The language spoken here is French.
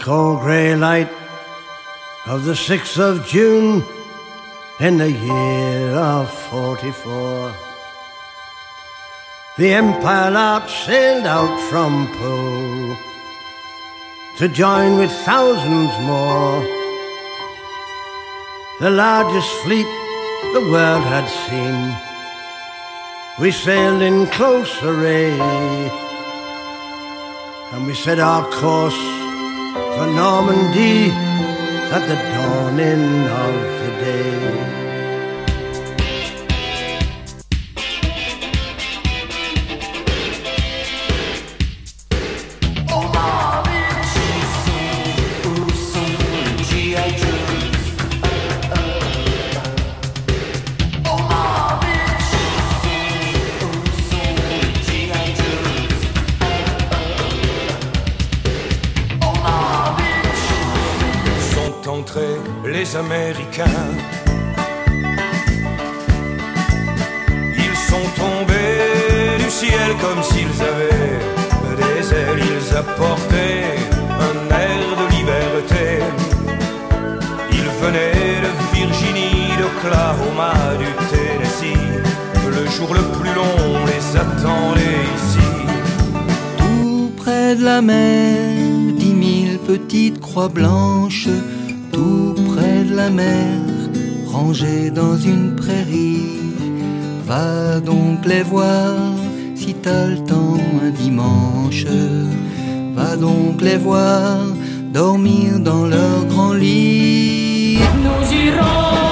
cold grey light of the 6th of June in the year of 44. The Empire Lark sailed out from Pole to join with thousands more, the largest fleet the world had seen. We sailed in close array, and we set our course for Normandy at the dawning of the day. Les Américains, ils sont tombés du ciel comme s'ils avaient des ailes. Ils apportaient un air de liberté. Ils venaient de Virginie, d'Oklahoma, du Tennessee. Le jour le plus long les attendait ici. Tout près de la mer, 10 000 petites croix blanches. Tout près de la mer, rangées dans une prairie. Va donc les voir si t'as le temps un dimanche. Va donc les voir dormir dans leur grand lit. Nous irons